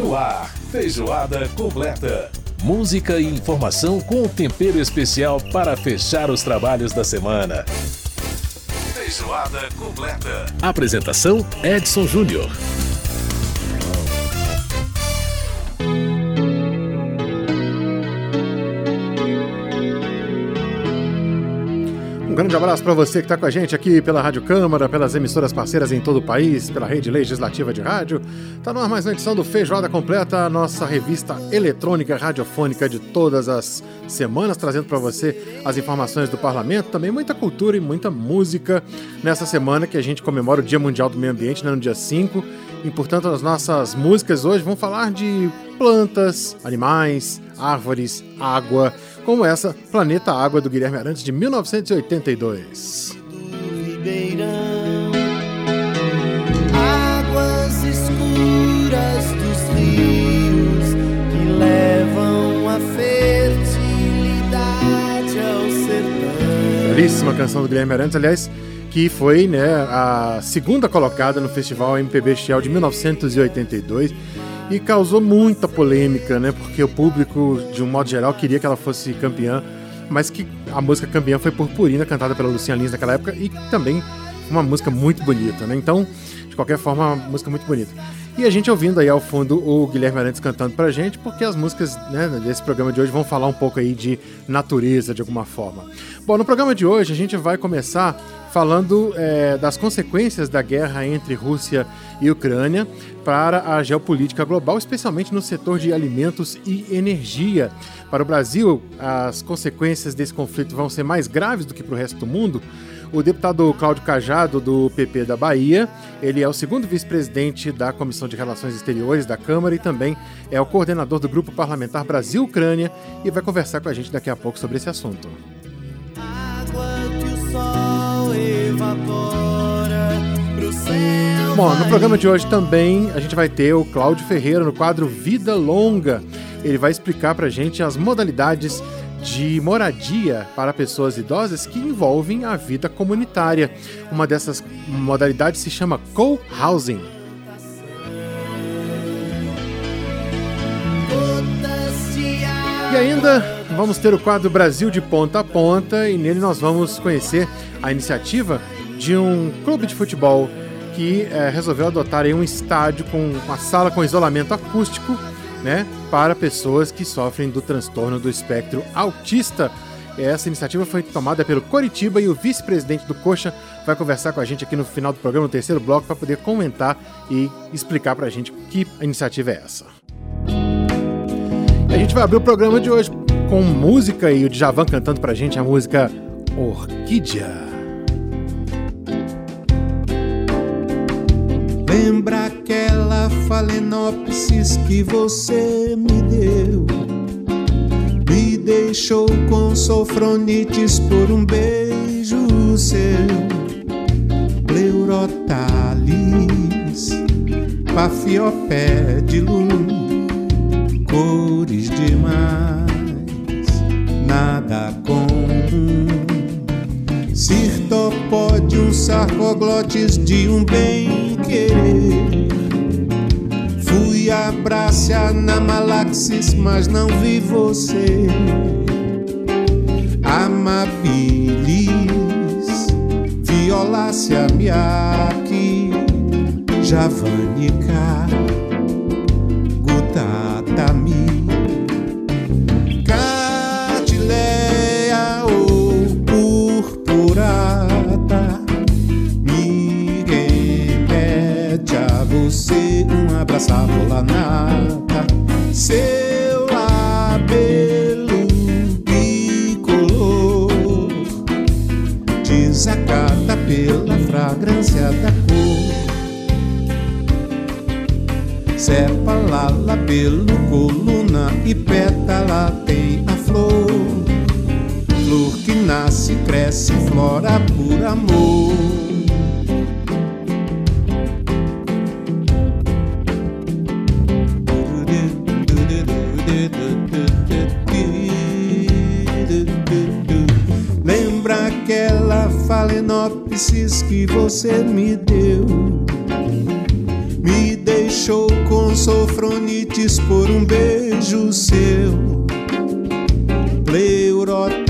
No ar, Feijoada Completa. Música e informação com um tempero especial para fechar os trabalhos da semana. Feijoada Completa. Apresentação: Edson Júnior. Um grande abraço para você que está com a gente aqui pela Rádio Câmara, pelas emissoras parceiras em todo o país, pela Rede Legislativa de Rádio. Está no ar mais uma edição do Feijoada Completa, a nossa revista eletrônica radiofônica de todas as semanas, trazendo para você as informações do Parlamento, também muita cultura e muita música nessa semana que a gente comemora o Dia Mundial do Meio Ambiente, né, no dia 5. E, portanto, as nossas músicas hoje vão falar de plantas, animais, árvores, água, como essa Planeta Água do Guilherme Arantes de 1982. Águas escuras dos rios que levam a fertilidade ao sertão. Belíssima canção do Guilherme Arantes, aliás, que foi, né, a segunda colocada no Festival MPB Shell de 1982. E causou muita polêmica, né? Porque o público, de um modo geral, queria que ela fosse campeã, mas que a música campeã foi Purpurina, cantada pela Luciana Lins naquela época, e também uma música muito bonita, né? Então, de qualquer forma, uma música muito bonita. E a gente ouvindo aí ao fundo o Guilherme Arantes cantando pra gente, porque as músicas, né, desse programa de hoje vão falar um pouco aí de natureza, de alguma forma. Bom, no programa de hoje a gente vai começar falando das consequências da guerra entre Rússia e Ucrânia para a geopolítica global, especialmente no setor de alimentos e energia. Para o Brasil, as consequências desse conflito vão ser mais graves do que para o resto do mundo. O deputado Cláudio Cajado, do PP da Bahia, ele é o segundo vice-presidente da Comissão de Relações Exteriores da Câmara e também é o coordenador do Grupo Parlamentar Brasil-Ucrânia e vai conversar com a gente daqui a pouco sobre esse assunto. Bom, no programa de hoje também a gente vai ter o Cláudio Ferreira no quadro Vida Longa. Ele vai explicar pra gente as modalidades de moradia para pessoas idosas que envolvem a vida comunitária. Uma dessas modalidades se chama co-housing. E ainda vamos ter o quadro Brasil de Ponta a Ponta e nele nós vamos conhecer a iniciativa de um clube de futebol que resolveu adotar aí um estádio com uma sala com isolamento acústico, né, para pessoas que sofrem do transtorno do espectro autista. Essa iniciativa foi tomada pelo Coritiba e o vice-presidente do Coxa vai conversar com a gente aqui no final do programa, no terceiro bloco, para poder comentar e explicar para a gente que iniciativa é essa. E a gente vai abrir o programa de hoje com música e o Djavan cantando para a gente a música Orquídea. Lembra aquela Phalaenopsis que você me deu? Me deixou com sofronites por um beijo seu. Pleurotalis, Paphiopedilum, cores demais, nada comum. Cirtopodium, sarcoglotes de um bem-querer. Fui a Brácia na Malaxis, mas não vi você. Amabilis, Violácea miaki, Javanica, Gutatami, Catileia ou purpurata. Me remete a você um abraço volanata. Seu labelo bicolor desacata pela fragrância da cor. Sépala, labelo, coluna e pétala tem a flor. Flor que nasce, cresce, flora por amor. Lembra aquela Phalaenopsis que você me deu? Me deixou com sofronite antes por um beijo seu. Pleurotalis,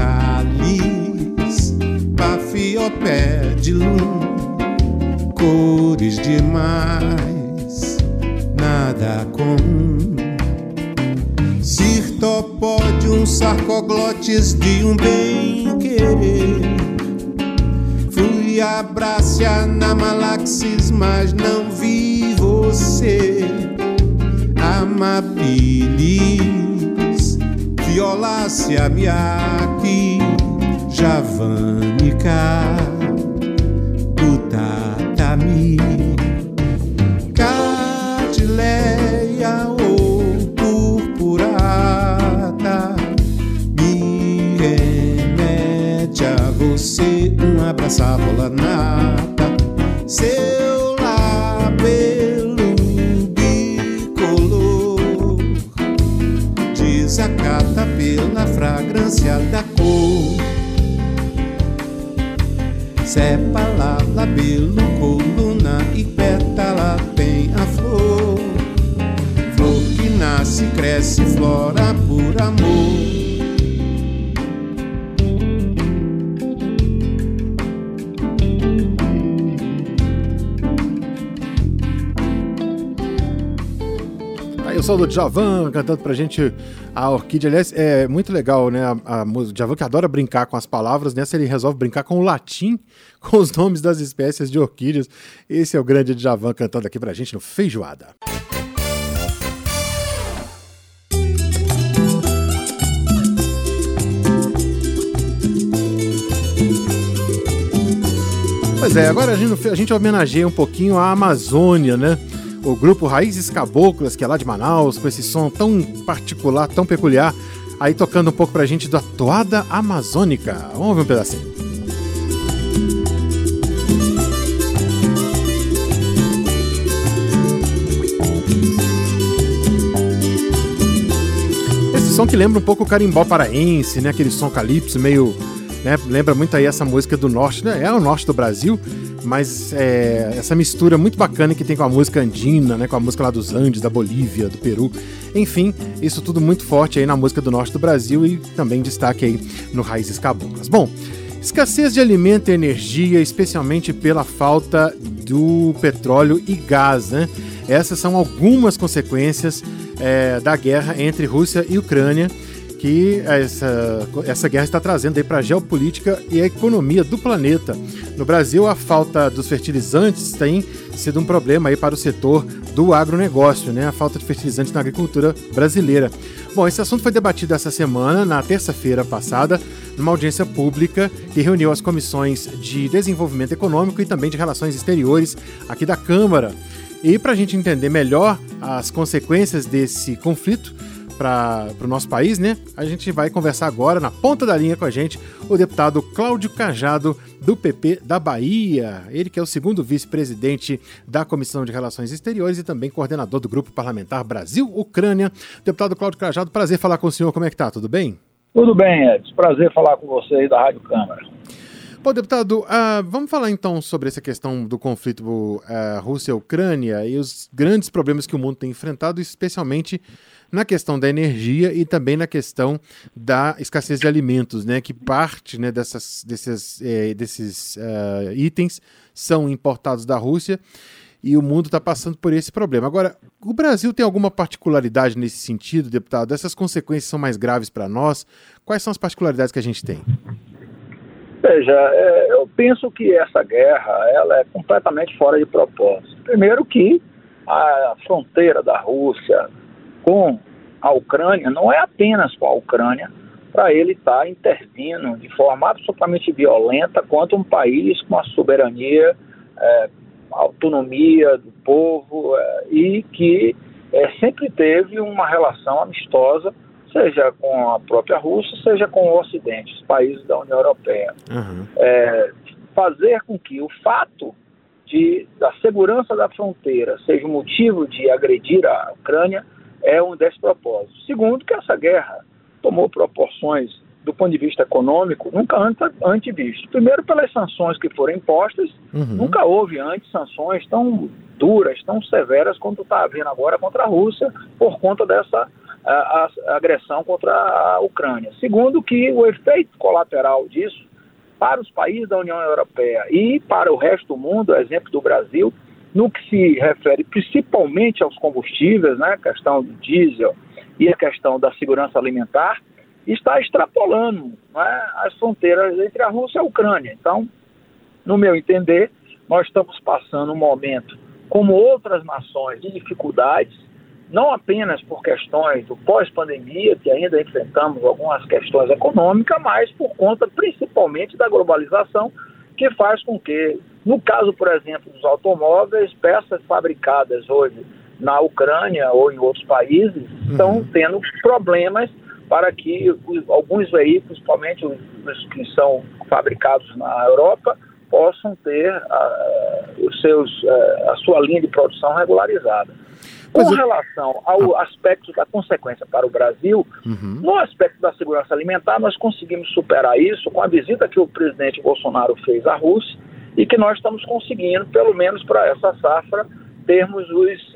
Paphiopedilum, cores demais, nada comum. Cirtopodium, sarcoglotes de um bem-querer. Fui a Brácia na Malaxis, mas não vi você. Amabilis, Violácea miaki, Javanica, do tatami, Catileia ou purpurata, me remete a você, um abraço à bola nata, seu labelo bicolor, desacata pela fragrância da cor. Sépala, labelo, coluna e pétala tem a flor. Flor que nasce, cresce, flora por amor. Aí o som do Djavan cantando pra gente a orquídea. Aliás, é muito legal, né? O Djavan, que adora brincar com as palavras, nessa ele resolve brincar com o latim, com os nomes das espécies de orquídeas. Esse é o grande Djavan cantando aqui pra gente no Feijoada. Pois é, agora a gente homenageia um pouquinho a Amazônia, né? O grupo Raízes Caboclas, que é lá de Manaus, com esse som tão particular, tão peculiar, aí tocando um pouco pra gente da Toada Amazônica. Vamos ouvir um pedacinho. Esse som que lembra um pouco o carimbó paraense, né? Aquele som calypso meio... né? Lembra muito aí essa música do norte, né? É o norte do Brasil, mas essa mistura muito bacana que tem com a música andina, né? Com a música lá dos Andes, da Bolívia, do Peru. Enfim, isso tudo muito forte aí na música do norte do Brasil e também destaque aí no Raízes Caboclas. Bom, escassez de alimento e energia, especialmente pela falta do petróleo e gás, né? Essas são algumas consequências da guerra entre Rússia e Ucrânia, que essa guerra está trazendo aí para a geopolítica e a economia do planeta. No Brasil, a falta dos fertilizantes tem sido um problema aí para o setor do agronegócio, né? A falta de fertilizantes na agricultura brasileira. Bom, esse assunto foi debatido essa semana, na terça-feira passada, numa audiência pública que reuniu as comissões de desenvolvimento econômico e também de relações exteriores aqui da Câmara. E para a gente entender melhor as consequências desse conflito para o nosso país, né? A gente vai conversar agora, na ponta da linha com a gente, o deputado Cláudio Cajado, do PP da Bahia. Ele que é o segundo vice-presidente da Comissão de Relações Exteriores e também coordenador do Grupo Parlamentar Brasil-Ucrânia. Deputado Cláudio Cajado, prazer falar com o senhor. Como é que tá? Tudo bem? Tudo bem, Edson. Prazer falar com você aí da Rádio Câmara. Bom, deputado, vamos falar então sobre essa questão do conflito Rússia-Ucrânia e os grandes problemas que o mundo tem enfrentado, especialmente na questão da energia e também na questão da escassez de alimentos, né? Que parte, né, desses itens são importados da Rússia e o mundo está passando por esse problema. Agora, o Brasil tem alguma particularidade nesse sentido, deputado? Essas consequências são mais graves para nós? Quais são as particularidades que a gente tem? Veja, eu penso que essa guerra ela é completamente fora de propósito. Primeiro que a fronteira da Rússia com a Ucrânia não é apenas com a Ucrânia para ele estar intervindo de forma absolutamente violenta contra um país com a soberania, a autonomia do povo e que sempre teve uma relação amistosa, seja com a própria Rússia, seja com o Ocidente, os países da União Europeia. Uhum. Fazer com que o fato da segurança da fronteira seja um motivo de agredir a Ucrânia é um despropósito. Segundo, que essa guerra tomou proporções do ponto de vista econômico, nunca antes visto. Primeiro, pelas sanções que foram impostas, nunca houve antes sanções tão duras, tão severas, quanto está havendo agora contra a Rússia, por conta dessa a agressão contra a Ucrânia. Segundo, que o efeito colateral disso, para os países da União Europeia e para o resto do mundo, exemplo do Brasil, no que se refere principalmente aos combustíveis, né, a questão do diesel e a questão da segurança alimentar, está extrapolando, né, as fronteiras entre a Rússia e a Ucrânia. Então, no meu entender, nós estamos passando um momento, como outras nações, de dificuldades, não apenas por questões do pós-pandemia, que ainda enfrentamos algumas questões econômicas, mas por conta principalmente da globalização, que faz com que, no caso, por exemplo, dos automóveis, peças fabricadas hoje na Ucrânia ou em outros países, estão tendo problemas para que alguns veículos, principalmente os que são fabricados na Europa, possam ter a sua linha de produção regularizada. Com relação ao aspecto da consequência para o Brasil, no aspecto da segurança alimentar, nós conseguimos superar isso com a visita que o presidente Bolsonaro fez à Rússia e que nós estamos conseguindo, pelo menos para essa safra, termos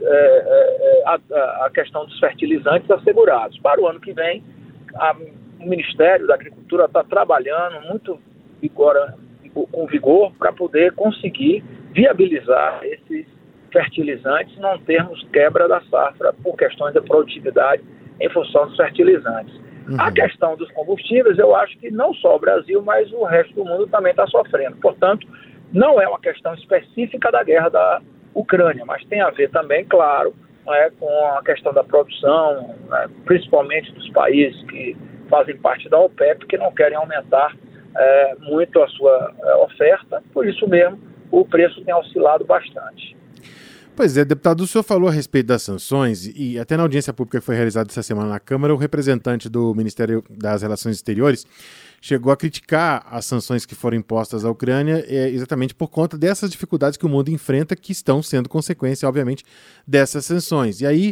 a questão dos fertilizantes assegurados. Para o ano que vem, o Ministério da Agricultura está trabalhando muito com vigor para poder conseguir viabilizar esses fertilizantes, não termos quebra da safra por questões de produtividade em função dos fertilizantes. A questão dos combustíveis, eu acho que não só o Brasil, mas o resto do mundo também está sofrendo. Portanto, não é uma questão específica da guerra da Ucrânia, mas tem a ver também, claro, com a questão da produção, principalmente dos países que fazem parte da OPEP, que não querem aumentar muito a sua oferta, por isso mesmo o preço tem oscilado bastante. Pois é, deputado, o senhor falou a respeito das sanções e até na audiência pública que foi realizada essa semana na Câmara, o representante do Ministério das Relações Exteriores chegou a criticar as sanções que foram impostas à Ucrânia exatamente por conta dessas dificuldades que o mundo enfrenta, que estão sendo consequência, obviamente, dessas sanções. E aí,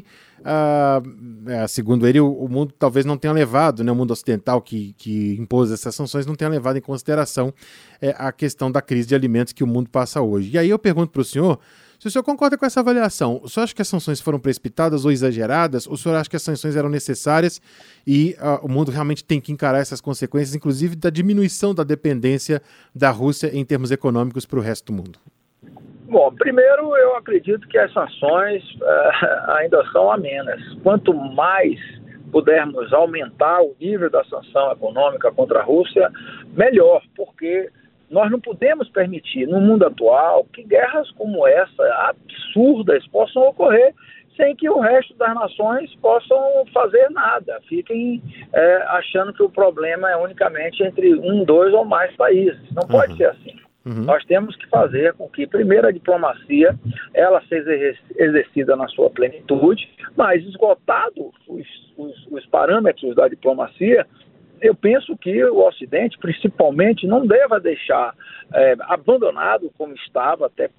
segundo ele, o mundo talvez não tenha levado, né, o mundo ocidental que impôs essas sanções, não tenha levado em consideração a questão da crise de alimentos que o mundo passa hoje. E aí eu pergunto para o senhor, se o senhor concorda com essa avaliação, o senhor acha que as sanções foram precipitadas ou exageradas? Ou o senhor acha que as sanções eram necessárias e o mundo realmente tem que encarar essas consequências, inclusive da diminuição da dependência da Rússia em termos econômicos para o resto do mundo? Bom, primeiro eu acredito que as sanções ainda são amenas. Quanto mais pudermos aumentar o nível da sanção econômica contra a Rússia, melhor, porque nós não podemos permitir, no mundo atual, que guerras como essa, absurdas, possam ocorrer sem que o resto das nações possam fazer nada. Fiquem achando que o problema é unicamente entre 1, 2 ou mais países. Não pode ser assim. Nós temos que fazer com que, primeiro, a diplomacia ela seja exercida na sua plenitude, mas esgotado os parâmetros da diplomacia, eu penso que o Ocidente, principalmente, não deva deixar abandonado como estava até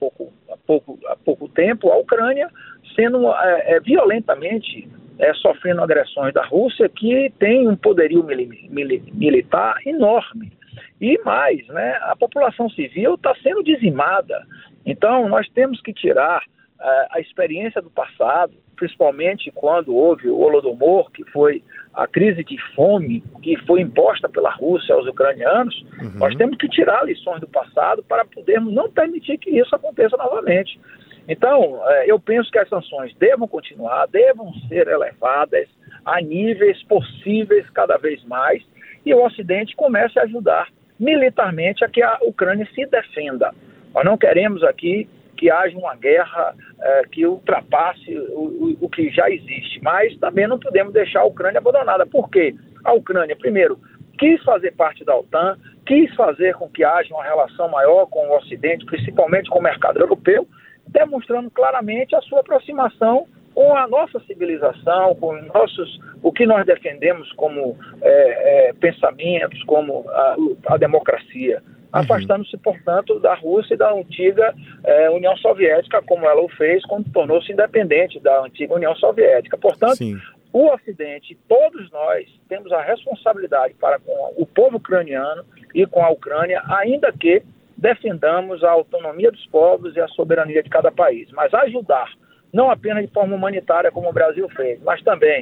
há pouco tempo a Ucrânia, sendo violentamente sofrendo agressões da Rússia, que tem um poderio militar enorme. E mais, né, a população civil está sendo dizimada. Então, nós temos que tirar a experiência do passado, principalmente quando houve o Holodomor, que foi a crise de fome que foi imposta pela Rússia aos ucranianos. Nós temos que tirar lições do passado para podermos não permitir que isso aconteça novamente. Então, eu penso que as sanções devam continuar, devam ser elevadas a níveis possíveis cada vez mais, e o Ocidente comece a ajudar militarmente a que a Ucrânia se defenda. Nós não queremos aqui que haja uma guerra que ultrapasse o que já existe, mas também não podemos deixar a Ucrânia abandonada, porque a Ucrânia, primeiro, quis fazer parte da OTAN, quis fazer com que haja uma relação maior com o Ocidente, principalmente com o mercado europeu, demonstrando claramente a sua aproximação com a nossa civilização, com o que nós defendemos como pensamentos, como a democracia, afastando-se, portanto, da Rússia e da antiga União Soviética, como ela o fez quando tornou-se independente da antiga União Soviética. Portanto, o Ocidente, todos nós, temos a responsabilidade para com o povo ucraniano e com a Ucrânia, ainda que defendamos a autonomia dos povos e a soberania de cada país. Mas ajudar, não apenas de forma humanitária, como o Brasil fez, mas também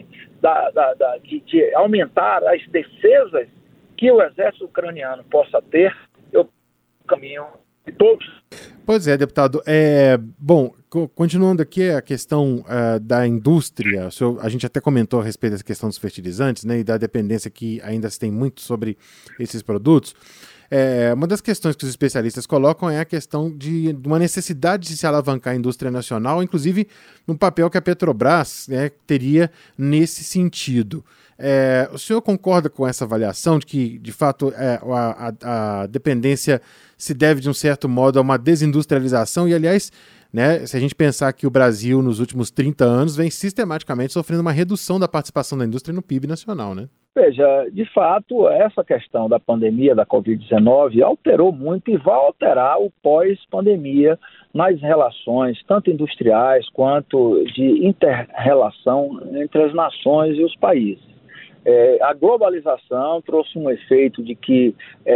de aumentar as defesas que o exército ucraniano possa ter, eu caminho de todos. Pois é, deputado. Bom, continuando aqui a questão da indústria, a gente até comentou a respeito dessa questão dos fertilizantes, né, e da dependência que ainda se tem muito sobre esses produtos. Uma das questões que os especialistas colocam é a questão de uma necessidade de se alavancar a indústria nacional, inclusive no papel que a Petrobras, né, teria nesse sentido. O senhor concorda com essa avaliação de que, de fato, a dependência se deve, de um certo modo, a uma desindustrialização? E, aliás, né, se a gente pensar que o Brasil, nos últimos 30 anos, vem sistematicamente sofrendo uma redução da participação da indústria no PIB nacional, né? Veja, de fato, essa questão da pandemia da Covid-19 alterou muito e vai alterar o pós-pandemia nas relações, tanto industriais quanto de inter-relação entre as nações e os países. A globalização trouxe um efeito de que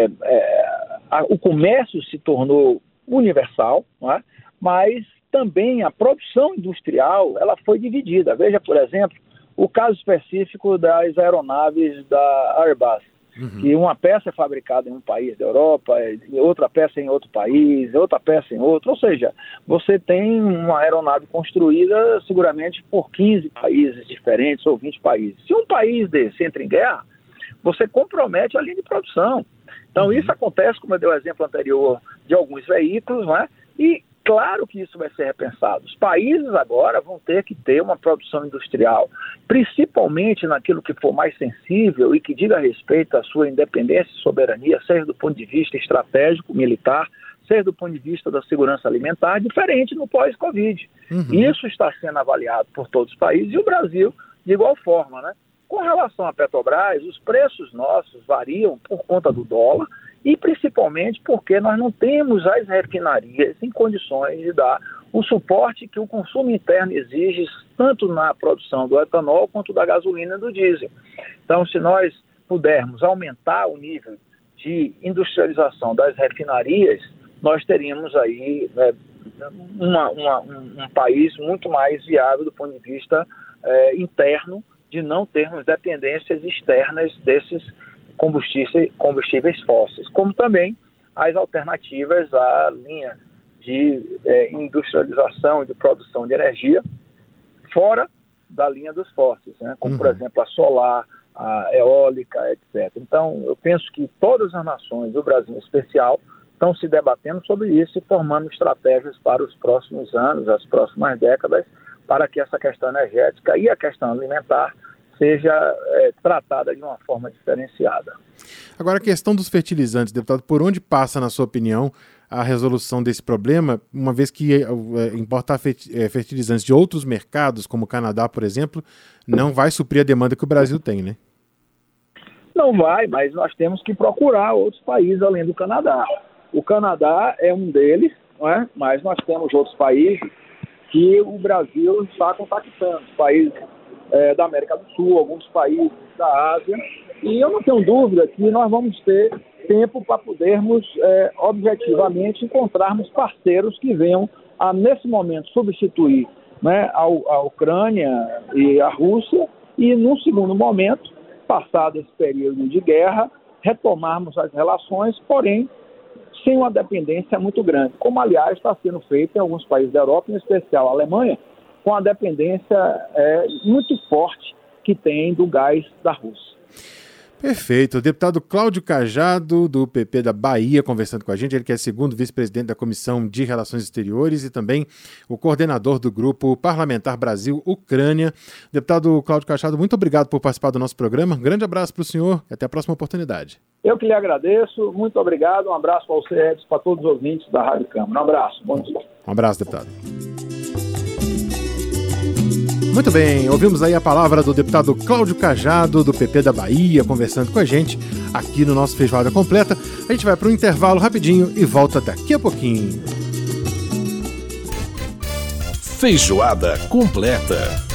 o comércio se tornou universal, não é? Mas também a produção industrial ela foi dividida. Veja, por exemplo, o caso específico das aeronaves da Airbus, que uma peça é fabricada em um país da Europa, outra peça em outro país, outra peça em outro. Ou seja, você tem uma aeronave construída seguramente por 15 países diferentes ou 20 países. Se um país desse entra em guerra, você compromete a linha de produção. Então isso acontece, como eu dei o exemplo anterior, de alguns veículos, não é? E claro que isso vai ser repensado. Os países agora vão ter que ter uma produção industrial, principalmente naquilo que for mais sensível e que diga respeito à sua independência e soberania, seja do ponto de vista estratégico, militar, seja do ponto de vista da segurança alimentar, diferente no pós-Covid. Isso está sendo avaliado por todos os países e o Brasil de igual forma, né? Com relação à Petrobras, os preços nossos variam por conta do dólar, e principalmente porque nós não temos as refinarias em condições de dar o suporte que o consumo interno exige, tanto na produção do etanol quanto da gasolina e do diesel. Então, se nós pudermos aumentar o nível de industrialização das refinarias, nós teríamos aí um país muito mais viável do ponto de vista interno, de não termos dependências externas desses combustíveis fósseis, como também as alternativas à linha de industrialização e de produção de energia fora da linha dos fósseis, né? Como, por exemplo, a solar, a eólica, etc. Então, eu penso que todas as nações, o Brasil em especial, estão se debatendo sobre isso e formando estratégias para os próximos anos, as próximas décadas, para que essa questão energética e a questão alimentar seja tratada de uma forma diferenciada. Agora, a questão dos fertilizantes, deputado, por onde passa, na sua opinião, a resolução desse problema, uma vez que importar fertilizantes de outros mercados, como o Canadá, por exemplo, não vai suprir a demanda que o Brasil tem, né? Não vai, mas nós temos que procurar outros países além do Canadá. O Canadá é um deles, não é? Mas nós temos outros países que o Brasil está contactando, países da América do Sul, alguns países da Ásia, e eu não tenho dúvida que nós vamos ter tempo para podermos objetivamente encontrarmos parceiros que venham a, nesse momento, substituir, né, a Ucrânia e a Rússia, e num segundo momento, passado esse período de guerra, retomarmos as relações, porém sem uma dependência muito grande, como aliás está sendo feito em alguns países da Europa, em especial a Alemanha, com a dependência muito forte que tem do gás da Rússia. Perfeito. O deputado Cláudio Cajado, do PP da Bahia, conversando com a gente. Ele que é segundo vice-presidente da Comissão de Relações Exteriores e também o coordenador do Grupo Parlamentar Brasil-Ucrânia. Deputado Cláudio Cajado, muito obrigado por participar do nosso programa. Um grande abraço para o senhor e até a próxima oportunidade. Eu que lhe agradeço. Muito obrigado. Um abraço para você, Edson, para todos os ouvintes da Rádio Câmara. Um abraço. Bom dia. Um abraço, deputado. Muito bem, ouvimos aí a palavra do deputado Cláudio Cajado, do PP da Bahia, conversando com a gente aqui no nosso Feijoada Completa. A gente vai para um intervalo rapidinho e volta daqui a pouquinho. Feijoada Completa.